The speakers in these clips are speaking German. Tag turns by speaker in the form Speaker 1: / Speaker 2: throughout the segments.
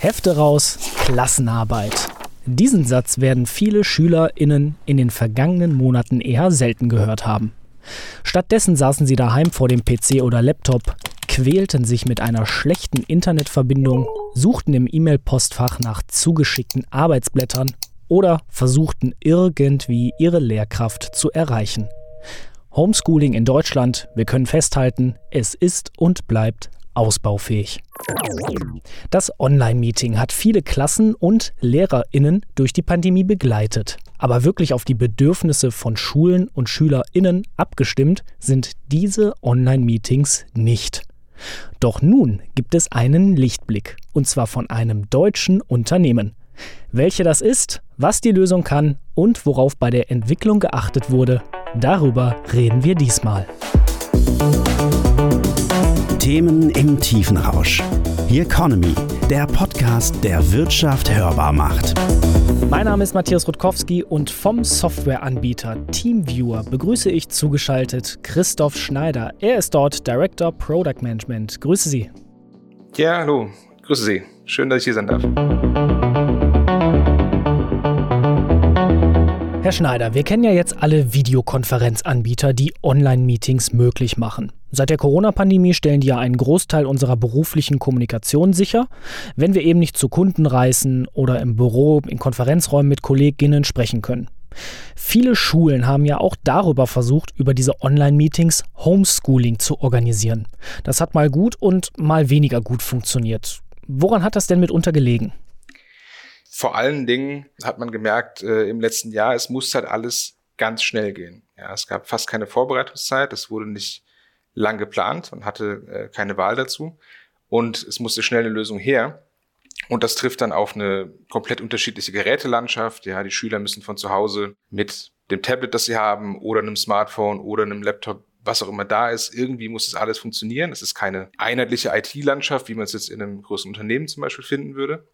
Speaker 1: Hefte raus, Klassenarbeit. Diesen Satz werden viele SchülerInnen in den vergangenen Monaten eher selten gehört haben. Stattdessen saßen sie daheim vor dem PC oder Laptop, quälten sich mit einer schlechten Internetverbindung, suchten im E-Mail-Postfach nach zugeschickten Arbeitsblättern oder versuchten irgendwie ihre Lehrkraft zu erreichen. Homeschooling in Deutschland, wir können festhalten, es ist und bleibt ausbaufähig. Das Online-Meeting hat viele Klassen und LehrerInnen durch die Pandemie begleitet. Aber wirklich auf die Bedürfnisse von Schulen und SchülerInnen abgestimmt sind diese Online-Meetings nicht. Doch nun gibt es einen Lichtblick, und zwar von einem deutschen Unternehmen. Welche das ist, was die Lösung kann und worauf bei der Entwicklung geachtet wurde, darüber reden wir diesmal.
Speaker 2: Themen im Tiefenrausch. The Economy, der Podcast, der Wirtschaft hörbar macht.
Speaker 1: Mein Name ist Matthias Rutkowski und vom Softwareanbieter TeamViewer begrüße ich zugeschaltet Christoph Schneider. Er ist dort Director Product Management. Grüße Sie.
Speaker 3: Ja, hallo. Grüße Sie. Schön, dass ich hier sein darf.
Speaker 1: Herr Schneider, wir kennen ja jetzt alle Videokonferenzanbieter, die Online-Meetings möglich machen. Seit der Corona-Pandemie stellen die ja einen Großteil unserer beruflichen Kommunikation sicher, wenn wir eben nicht zu Kunden reisen oder im Büro, in Konferenzräumen mit KollegInnen sprechen können. Viele Schulen haben ja auch darüber versucht, über diese Online-Meetings Homeschooling zu organisieren. Das hat mal gut und mal weniger gut funktioniert. Woran hat das denn mitunter gelegen?
Speaker 3: Vor allen Dingen hat man gemerkt im letzten Jahr, es muss halt alles ganz schnell gehen. Ja, es gab fast keine Vorbereitungszeit, es wurde nicht lang geplant, man hatte keine Wahl dazu und es musste schnell eine Lösung her. Und das trifft dann auf eine komplett unterschiedliche Gerätelandschaft. Ja, die Schüler müssen von zu Hause mit dem Tablet, das sie haben, oder einem Smartphone oder einem Laptop, was auch immer da ist, irgendwie muss das alles funktionieren. Es ist keine einheitliche IT-Landschaft, wie man es jetzt in einem großen Unternehmen zum Beispiel finden würde.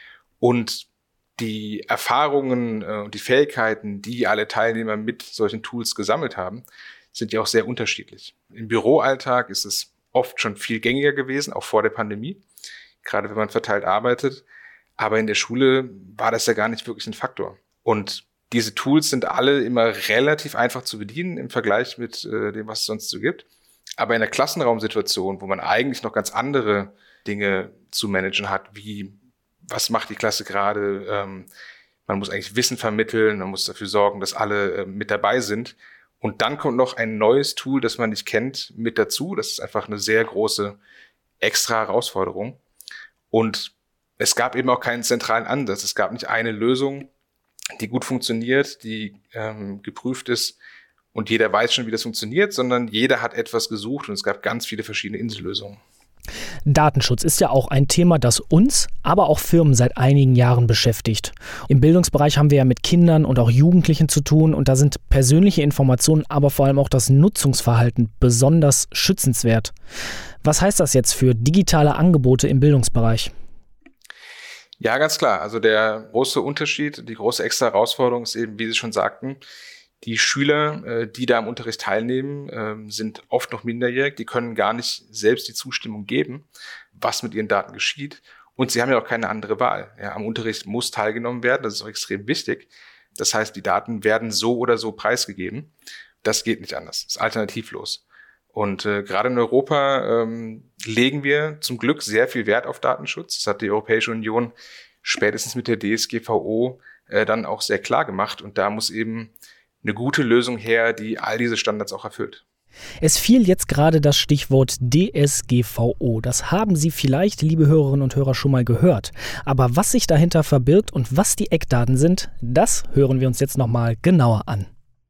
Speaker 3: Und die Erfahrungen und die Fähigkeiten, die alle Teilnehmer mit solchen Tools gesammelt haben, sind ja auch sehr unterschiedlich. Im Büroalltag ist es oft schon viel gängiger gewesen, auch vor der Pandemie, gerade wenn man verteilt arbeitet. Aber in der Schule war das ja gar nicht wirklich ein Faktor. Und diese Tools sind alle immer relativ einfach zu bedienen im Vergleich mit dem, was es sonst so gibt. Aber in der Klassenraumsituation, wo man eigentlich noch ganz andere Dinge zu managen hat, wie was macht die Klasse gerade? Man muss eigentlich Wissen vermitteln, man muss dafür sorgen, dass alle mit dabei sind. Und dann kommt noch ein neues Tool, das man nicht kennt, mit dazu. Das ist einfach eine sehr große extra Herausforderung. Und es gab eben auch keinen zentralen Ansatz. Es gab nicht eine Lösung, die gut funktioniert, die geprüft ist und jeder weiß schon, wie das funktioniert, sondern jeder hat etwas gesucht und es gab ganz viele verschiedene Insellösungen.
Speaker 1: Datenschutz ist ja auch ein Thema, das uns, aber auch Firmen seit einigen Jahren beschäftigt. Im Bildungsbereich haben wir ja mit Kindern und auch Jugendlichen zu tun und da sind persönliche Informationen, aber vor allem auch das Nutzungsverhalten besonders schützenswert. Was heißt das jetzt für digitale Angebote im Bildungsbereich?
Speaker 3: Ja, ganz klar. Also der große Unterschied, die große extra Herausforderung ist eben, wie Sie schon sagten, die Schüler, die da am Unterricht teilnehmen, sind oft noch minderjährig. Die können gar nicht selbst die Zustimmung geben, was mit ihren Daten geschieht. Und sie haben ja auch keine andere Wahl. Ja, am Unterricht muss teilgenommen werden. Das ist auch extrem wichtig. Das heißt, die Daten werden so oder so preisgegeben. Das geht nicht anders. Das ist alternativlos. Und gerade in Europa legen wir zum Glück sehr viel Wert auf Datenschutz. Das hat die Europäische Union spätestens mit der DSGVO dann auch sehr klar gemacht. Und da muss eben eine gute Lösung her, die all diese Standards auch erfüllt.
Speaker 1: Es fiel jetzt gerade das Stichwort DSGVO. Das haben Sie vielleicht, liebe Hörerinnen und Hörer, schon mal gehört. Aber was sich dahinter verbirgt und was die Eckdaten sind, das hören wir uns jetzt nochmal genauer an.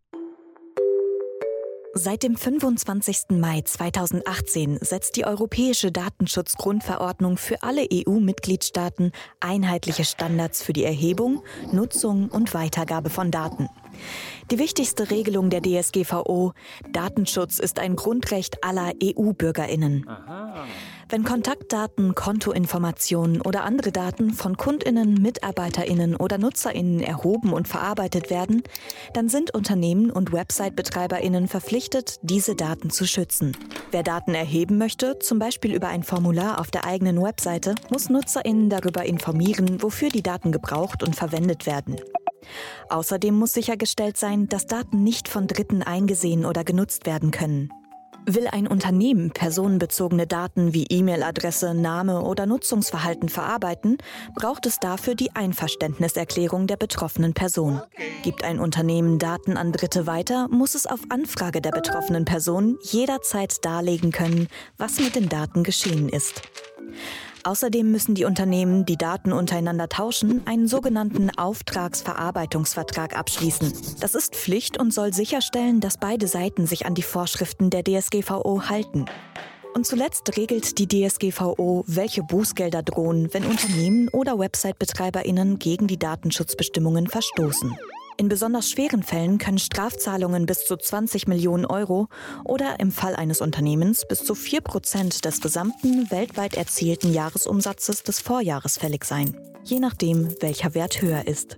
Speaker 4: Seit dem 25. Mai 2018 setzt die Europäische Datenschutzgrundverordnung für alle EU-Mitgliedstaaten einheitliche Standards für die Erhebung, Nutzung und Weitergabe von Daten. Die wichtigste Regelung der DSGVO: Datenschutz ist ein Grundrecht aller EU-BürgerInnen. Wenn Kontaktdaten, Kontoinformationen oder andere Daten von KundInnen, MitarbeiterInnen oder NutzerInnen erhoben und verarbeitet werden, dann sind Unternehmen und Website-BetreiberInnen verpflichtet, diese Daten zu schützen. Wer Daten erheben möchte, zum Beispiel über ein Formular auf der eigenen Webseite, muss NutzerInnen darüber informieren, wofür die Daten gebraucht und verwendet werden. Außerdem muss sichergestellt sein, dass Daten nicht von Dritten eingesehen oder genutzt werden können. Will ein Unternehmen personenbezogene Daten wie E-Mail-Adresse, Name oder Nutzungsverhalten verarbeiten, braucht es dafür die Einverständniserklärung der betroffenen Person. Gibt ein Unternehmen Daten an Dritte weiter, muss es auf Anfrage der betroffenen Person jederzeit darlegen können, was mit den Daten geschehen ist. Außerdem müssen die Unternehmen, die Daten untereinander tauschen, einen sogenannten Auftragsverarbeitungsvertrag abschließen. Das ist Pflicht und soll sicherstellen, dass beide Seiten sich an die Vorschriften der DSGVO halten. Und zuletzt regelt die DSGVO, welche Bußgelder drohen, wenn Unternehmen oder Website-BetreiberInnen gegen die Datenschutzbestimmungen verstoßen. In besonders schweren Fällen können Strafzahlungen bis zu 20 Millionen Euro oder im Fall eines Unternehmens bis zu 4% des gesamten weltweit erzielten Jahresumsatzes des Vorjahres fällig sein, je nachdem, welcher Wert höher ist.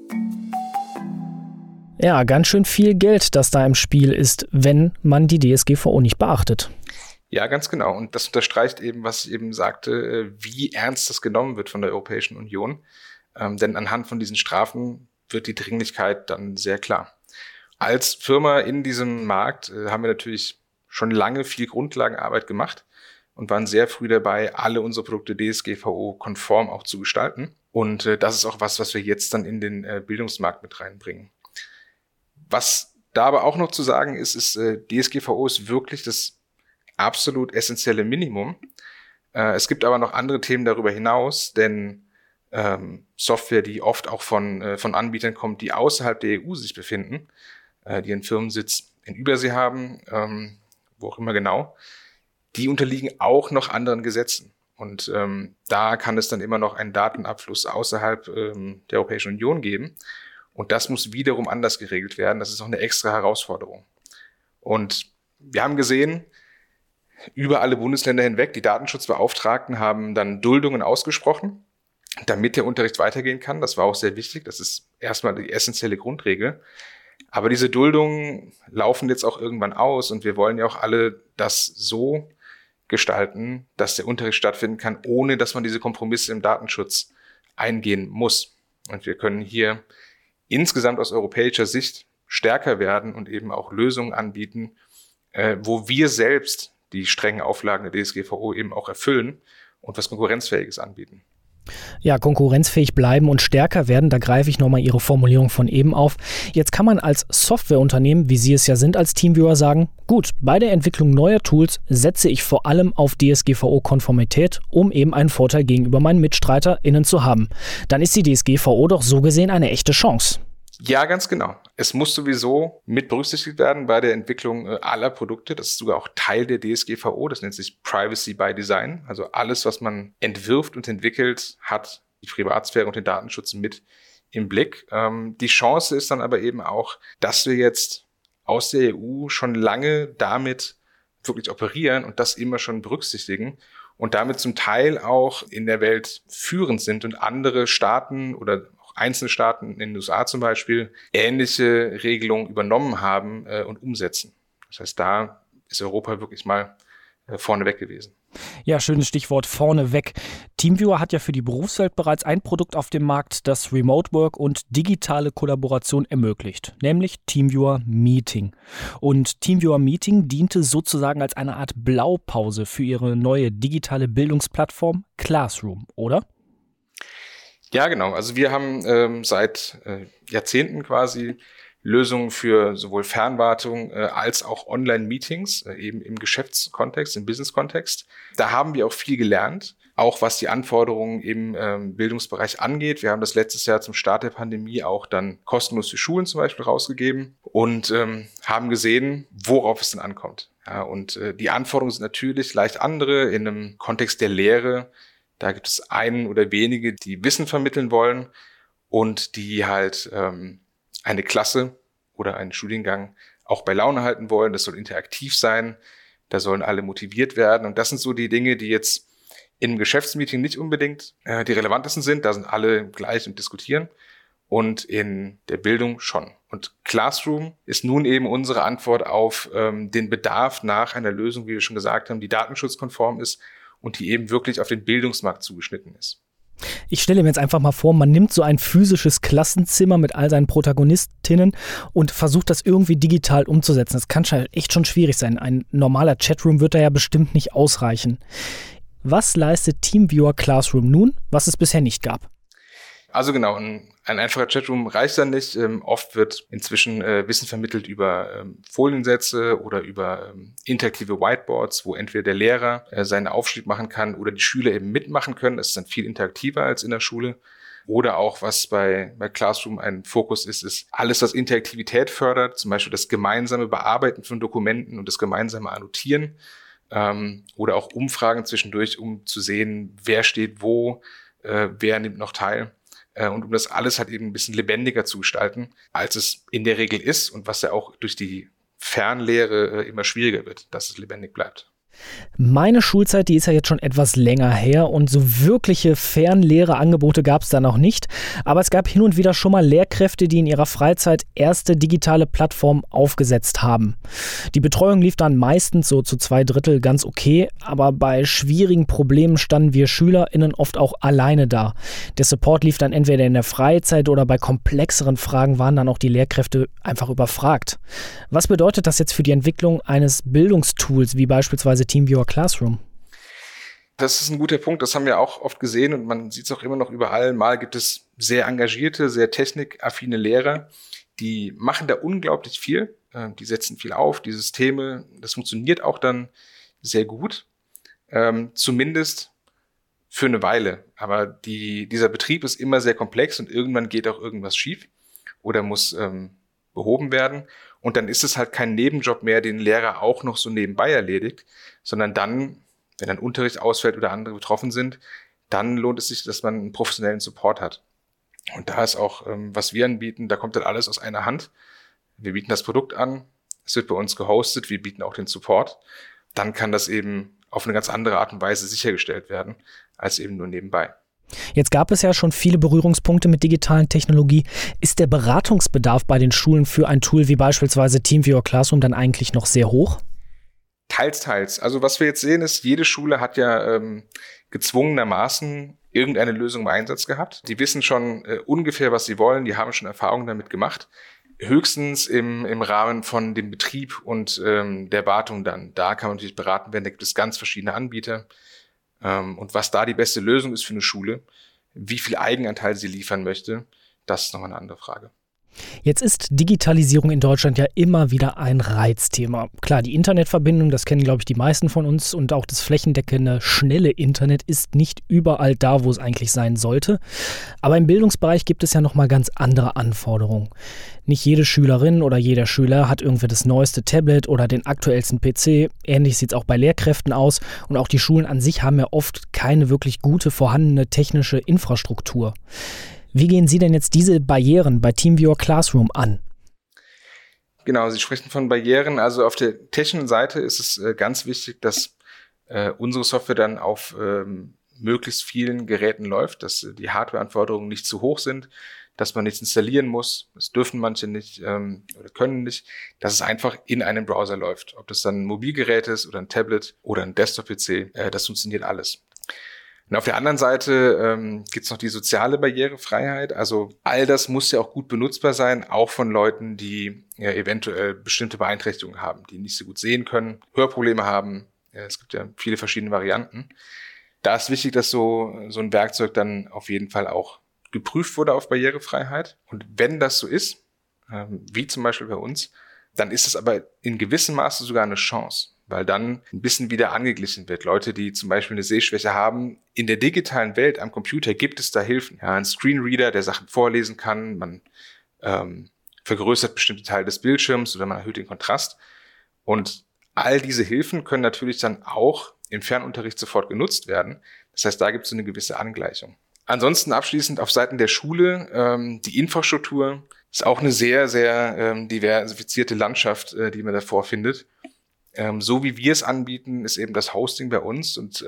Speaker 1: Ja, ganz schön viel Geld, das da im Spiel ist, wenn man die DSGVO nicht beachtet.
Speaker 3: Ja, ganz genau. Und das unterstreicht eben, was ich eben sagte, wie ernst das genommen wird von der Europäischen Union. Denn anhand von diesen Strafen wird die Dringlichkeit dann sehr klar. Als Firma in diesem Markt haben wir natürlich schon lange viel Grundlagenarbeit gemacht und waren sehr früh dabei, alle unsere Produkte DSGVO-konform auch zu gestalten. Und das ist auch was wir jetzt dann in den Bildungsmarkt mit reinbringen. Was da aber auch noch zu sagen ist, DSGVO ist wirklich das absolut essentielle Minimum. Es gibt aber noch andere Themen darüber hinaus, denn Software, die oft auch von Anbietern kommt, die außerhalb der EU sich befinden, die einen Firmensitz in Übersee haben, wo auch immer genau, die unterliegen auch noch anderen Gesetzen. Und da kann es dann immer noch einen Datenabfluss außerhalb der Europäischen Union geben. Und das muss wiederum anders geregelt werden. Das ist auch eine extra Herausforderung. Und wir haben gesehen, über alle Bundesländer hinweg, die Datenschutzbeauftragten haben dann Duldungen ausgesprochen, damit der Unterricht weitergehen kann. Das war auch sehr wichtig. Das ist erstmal die essentielle Grundregel. Aber diese Duldungen laufen jetzt auch irgendwann aus und wir wollen ja auch alle das so gestalten, dass der Unterricht stattfinden kann, ohne dass man diese Kompromisse im Datenschutz eingehen muss. Und wir können hier insgesamt aus europäischer Sicht stärker werden und eben auch Lösungen anbieten, wo wir selbst die strengen Auflagen der DSGVO eben auch erfüllen und was Konkurrenzfähiges anbieten.
Speaker 1: Ja, konkurrenzfähig bleiben und stärker werden, da greife ich nochmal Ihre Formulierung von eben auf. Jetzt kann man als Softwareunternehmen, wie Sie es ja sind als Teamviewer, sagen, gut, bei der Entwicklung neuer Tools setze ich vor allem auf DSGVO-Konformität, um eben einen Vorteil gegenüber meinen MitstreiterInnen zu haben. Dann ist die DSGVO doch so gesehen eine echte Chance.
Speaker 3: Ja, ganz genau. Es muss sowieso mit berücksichtigt werden bei der Entwicklung aller Produkte. Das ist sogar auch Teil der DSGVO. Das nennt sich Privacy by Design. Also alles, was man entwirft und entwickelt, hat die Privatsphäre und den Datenschutz mit im Blick. Die Chance ist dann aber eben auch, dass wir jetzt aus der EU schon lange damit wirklich operieren und das immer schon berücksichtigen und damit zum Teil auch in der Welt führend sind und andere Staaten oder einzelne Staaten in den USA zum Beispiel ähnliche Regelungen übernommen haben und umsetzen. Das heißt, da ist Europa wirklich mal vorneweg gewesen.
Speaker 1: Ja, schönes Stichwort vorneweg. Teamviewer hat ja für die Berufswelt bereits ein Produkt auf dem Markt, das Remote Work und digitale Kollaboration ermöglicht, nämlich Teamviewer Meeting. Und Teamviewer Meeting diente sozusagen als eine Art Blaupause für ihre neue digitale Bildungsplattform Classroom, oder?
Speaker 3: Ja, genau. Also wir haben seit Jahrzehnten quasi Lösungen für sowohl Fernwartung als auch Online-Meetings, eben im Geschäftskontext, im Business-Kontext. Da haben wir auch viel gelernt, auch was die Anforderungen im Bildungsbereich angeht. Wir haben das letztes Jahr zum Start der Pandemie auch dann kostenlos für Schulen zum Beispiel rausgegeben und haben gesehen, worauf es denn ankommt. Ja, und die Anforderungen sind natürlich leicht andere in einem Kontext der Lehre. Da gibt es einen oder wenige, die Wissen vermitteln wollen und die halt eine Klasse oder einen Studiengang auch bei Laune halten wollen. Das soll interaktiv sein. Da sollen alle motiviert werden. Und das sind so die Dinge, die jetzt im Geschäftsmeeting nicht unbedingt die relevantesten sind. Da sind alle gleich und diskutieren. Und in der Bildung schon. Und Classroom ist nun eben unsere Antwort auf den Bedarf nach einer Lösung, wie wir schon gesagt haben, die datenschutzkonform ist und die eben wirklich auf den Bildungsmarkt zugeschnitten ist.
Speaker 1: Ich stelle mir jetzt einfach mal vor, man nimmt so ein physisches Klassenzimmer mit all seinen Protagonistinnen und versucht das irgendwie digital umzusetzen. Das kann echt schon schwierig sein. Ein normaler Chatroom wird da ja bestimmt nicht ausreichen. Was leistet TeamViewer Classroom nun, was es bisher nicht gab?
Speaker 3: Also genau, ein einfacher Chatroom reicht dann nicht. Oft wird inzwischen Wissen vermittelt über Foliensätze oder über interaktive Whiteboards, wo entweder der Lehrer seinen Aufschrieb machen kann oder die Schüler eben mitmachen können. Das ist dann viel interaktiver als in der Schule. Oder auch, was bei Classroom ein Fokus ist alles, was Interaktivität fördert, zum Beispiel das gemeinsame Bearbeiten von Dokumenten und das gemeinsame Annotieren. Oder auch Umfragen zwischendurch, um zu sehen, wer steht wo, wer nimmt noch teil. Und um das alles halt eben ein bisschen lebendiger zu gestalten, als es in der Regel ist und was ja auch durch die Fernlehre immer schwieriger wird, dass es lebendig bleibt.
Speaker 1: Meine Schulzeit, die ist ja jetzt schon etwas länger her und so wirkliche Fernlehreangebote gab es da noch nicht. Aber es gab hin und wieder schon mal Lehrkräfte, die in ihrer Freizeit erste digitale Plattformen aufgesetzt haben. Die Betreuung lief dann meistens so zu 2/3 ganz okay, aber bei schwierigen Problemen standen wir SchülerInnen oft auch alleine da. Der Support lief dann entweder in der Freizeit oder bei komplexeren Fragen waren dann auch die Lehrkräfte einfach überfragt. Was bedeutet das jetzt für die Entwicklung eines Bildungstools wie beispielsweise TeamViewer Classroom?
Speaker 3: Das ist ein guter Punkt. Das haben wir auch oft gesehen und man sieht es auch immer noch überall. Mal gibt es sehr engagierte, sehr technikaffine Lehrer, die machen da unglaublich viel. Die setzen viel auf, die Systeme, das funktioniert auch dann sehr gut. Zumindest für eine Weile. Aber dieser Betrieb ist immer sehr komplex und irgendwann geht auch irgendwas schief oder muss behoben werden. Und dann ist es halt kein Nebenjob mehr, den Lehrer auch noch so nebenbei erledigt, sondern dann, wenn dann Unterricht ausfällt oder andere betroffen sind, dann lohnt es sich, dass man einen professionellen Support hat. Und da ist auch, was wir anbieten, da kommt dann alles aus einer Hand. Wir bieten das Produkt an, es wird bei uns gehostet, wir bieten auch den Support. Dann kann das eben auf eine ganz andere Art und Weise sichergestellt werden, als eben nur nebenbei.
Speaker 1: Jetzt gab es ja schon viele Berührungspunkte mit digitalen Technologie. Ist der Beratungsbedarf bei den Schulen für ein Tool wie beispielsweise TeamViewer Classroom dann eigentlich noch sehr hoch?
Speaker 3: Teils, teils. Also was wir jetzt sehen ist, jede Schule hat ja gezwungenermaßen irgendeine Lösung im Einsatz gehabt. Die wissen schon ungefähr, was sie wollen. Die haben schon Erfahrungen damit gemacht. Höchstens im Rahmen von dem Betrieb und der Wartung dann. Da kann man natürlich beraten werden. Da gibt es ganz verschiedene Anbieter. Und was da die beste Lösung ist für eine Schule, wie viel Eigenanteil sie liefern möchte, das ist nochmal eine andere Frage.
Speaker 1: Jetzt ist Digitalisierung in Deutschland ja immer wieder ein Reizthema. Klar, die Internetverbindung, das kennen, glaube ich, die meisten von uns und auch das flächendeckende, schnelle Internet ist nicht überall da, wo es eigentlich sein sollte. Aber im Bildungsbereich gibt es ja nochmal ganz andere Anforderungen. Nicht jede Schülerin oder jeder Schüler hat irgendwie das neueste Tablet oder den aktuellsten PC. Ähnlich sieht es auch bei Lehrkräften aus. Und auch die Schulen an sich haben ja oft keine wirklich gute vorhandene technische Infrastruktur. Wie gehen Sie denn jetzt diese Barrieren bei TeamViewer Classroom an?
Speaker 3: Genau, Sie sprechen von Barrieren. Also auf der technischen Seite ist es ganz wichtig, dass unsere Software dann auf möglichst vielen Geräten läuft, dass die Hardwareanforderungen nicht zu hoch sind, dass man nichts installieren muss. Das dürfen manche nicht oder können nicht. Dass es einfach in einem Browser läuft. Ob das dann ein Mobilgerät ist oder ein Tablet oder ein Desktop-PC, das funktioniert alles. Und auf der anderen Seite gibt es noch die soziale Barrierefreiheit. Also all das muss ja auch gut benutzbar sein, auch von Leuten, die eventuell bestimmte Beeinträchtigungen haben, die nicht so gut sehen können, Hörprobleme haben. Es gibt ja viele verschiedene Varianten. Da ist wichtig, dass so ein Werkzeug dann auf jeden Fall auch geprüft wurde auf Barrierefreiheit. Und wenn das so ist, wie zum Beispiel bei uns, dann ist es aber in gewissem Maße sogar eine Chance, weil dann ein bisschen wieder angeglichen wird. Leute, die zum Beispiel eine Sehschwäche haben, in der digitalen Welt am Computer gibt es da Hilfen. Ja, ein Screenreader, der Sachen vorlesen kann, man vergrößert bestimmte Teile des Bildschirms oder man erhöht den Kontrast. Und all diese Hilfen können natürlich dann auch im Fernunterricht sofort genutzt werden. Das heißt, da gibt es so eine gewisse Angleichung. Ansonsten abschließend auf Seiten der Schule, die Infrastruktur ist auch eine sehr, sehr diversifizierte Landschaft, die man da vorfindet. So wie wir es anbieten, ist eben das Hosting bei uns und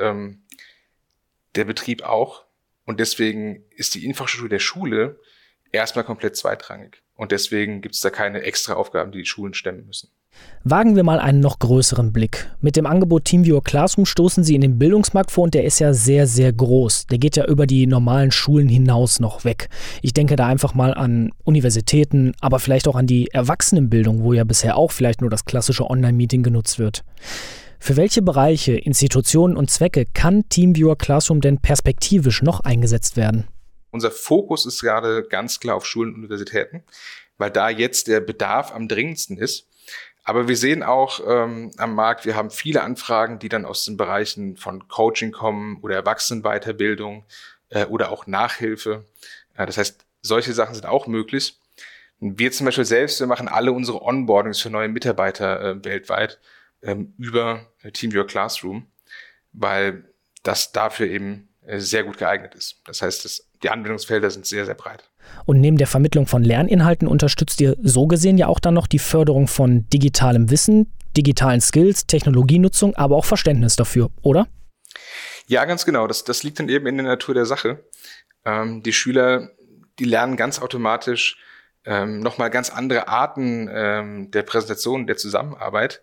Speaker 3: der Betrieb auch. Und deswegen ist die Infrastruktur der Schule erstmal komplett zweitrangig. Und deswegen gibt es da keine extra Aufgaben, die Schulen stemmen müssen.
Speaker 1: Wagen wir mal einen noch größeren Blick. Mit dem Angebot TeamViewer Classroom stoßen Sie in den Bildungsmarkt vor und der ist ja sehr, sehr groß. Der geht ja über die normalen Schulen hinaus noch weg. Ich denke da einfach mal an Universitäten, aber vielleicht auch an die Erwachsenenbildung, wo ja bisher auch vielleicht nur das klassische Online-Meeting genutzt wird. Für welche Bereiche, Institutionen und Zwecke kann TeamViewer Classroom denn perspektivisch noch eingesetzt werden?
Speaker 3: Unser Fokus ist gerade ganz klar auf Schulen und Universitäten, weil da jetzt der Bedarf am dringendsten ist. Aber wir sehen auch am Markt, wir haben viele Anfragen, die dann aus den Bereichen von Coaching kommen oder Erwachsenenweiterbildung oder auch Nachhilfe. Das heißt, solche Sachen sind auch möglich. Und wir zum Beispiel selbst, wir machen alle unsere Onboardings für neue Mitarbeiter weltweit über TeamViewer Classroom, weil das dafür eben sehr gut geeignet ist. Das heißt, die Anwendungsfelder sind sehr, sehr breit.
Speaker 1: Und neben der Vermittlung von Lerninhalten unterstützt ihr so gesehen ja auch dann noch die Förderung von digitalem Wissen, digitalen Skills, Technologienutzung, aber auch Verständnis dafür, oder?
Speaker 3: Ja, ganz genau. Das liegt dann eben in der Natur der Sache. Die Schüler, die lernen ganz automatisch nochmal ganz andere Arten der Präsentation, der Zusammenarbeit.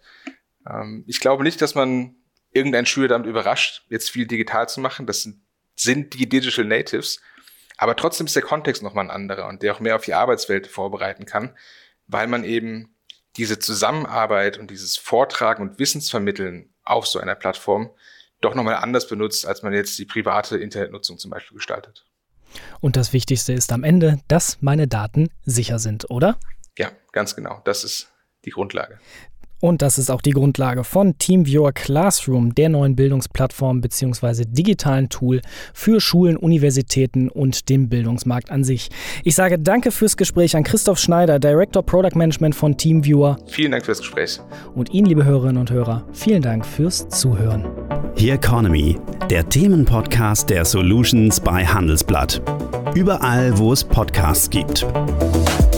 Speaker 3: Ich glaube nicht, dass man irgendeinen Schüler damit überrascht, jetzt viel digital zu machen. Das sind die Digital Natives. Aber trotzdem ist der Kontext nochmal ein anderer und der auch mehr auf die Arbeitswelt vorbereiten kann, weil man eben diese Zusammenarbeit und dieses Vortragen und Wissensvermitteln auf so einer Plattform doch nochmal anders benutzt, als man jetzt die private Internetnutzung zum Beispiel gestaltet.
Speaker 1: Und das Wichtigste ist am Ende, dass meine Daten sicher sind, oder?
Speaker 3: Ja, ganz genau. Das ist die Grundlage.
Speaker 1: Und das ist auch die Grundlage von TeamViewer Classroom, der neuen Bildungsplattform bzw. digitalen Tool für Schulen, Universitäten und den Bildungsmarkt an sich. Ich sage danke fürs Gespräch an Christoph Schneider, Director Product Management von TeamViewer.
Speaker 3: Vielen Dank fürs Gespräch.
Speaker 1: Und Ihnen, liebe Hörerinnen und Hörer, vielen Dank fürs Zuhören.
Speaker 2: Here Economy, der Themenpodcast der Solutions bei Handelsblatt. Überall, wo es Podcasts gibt.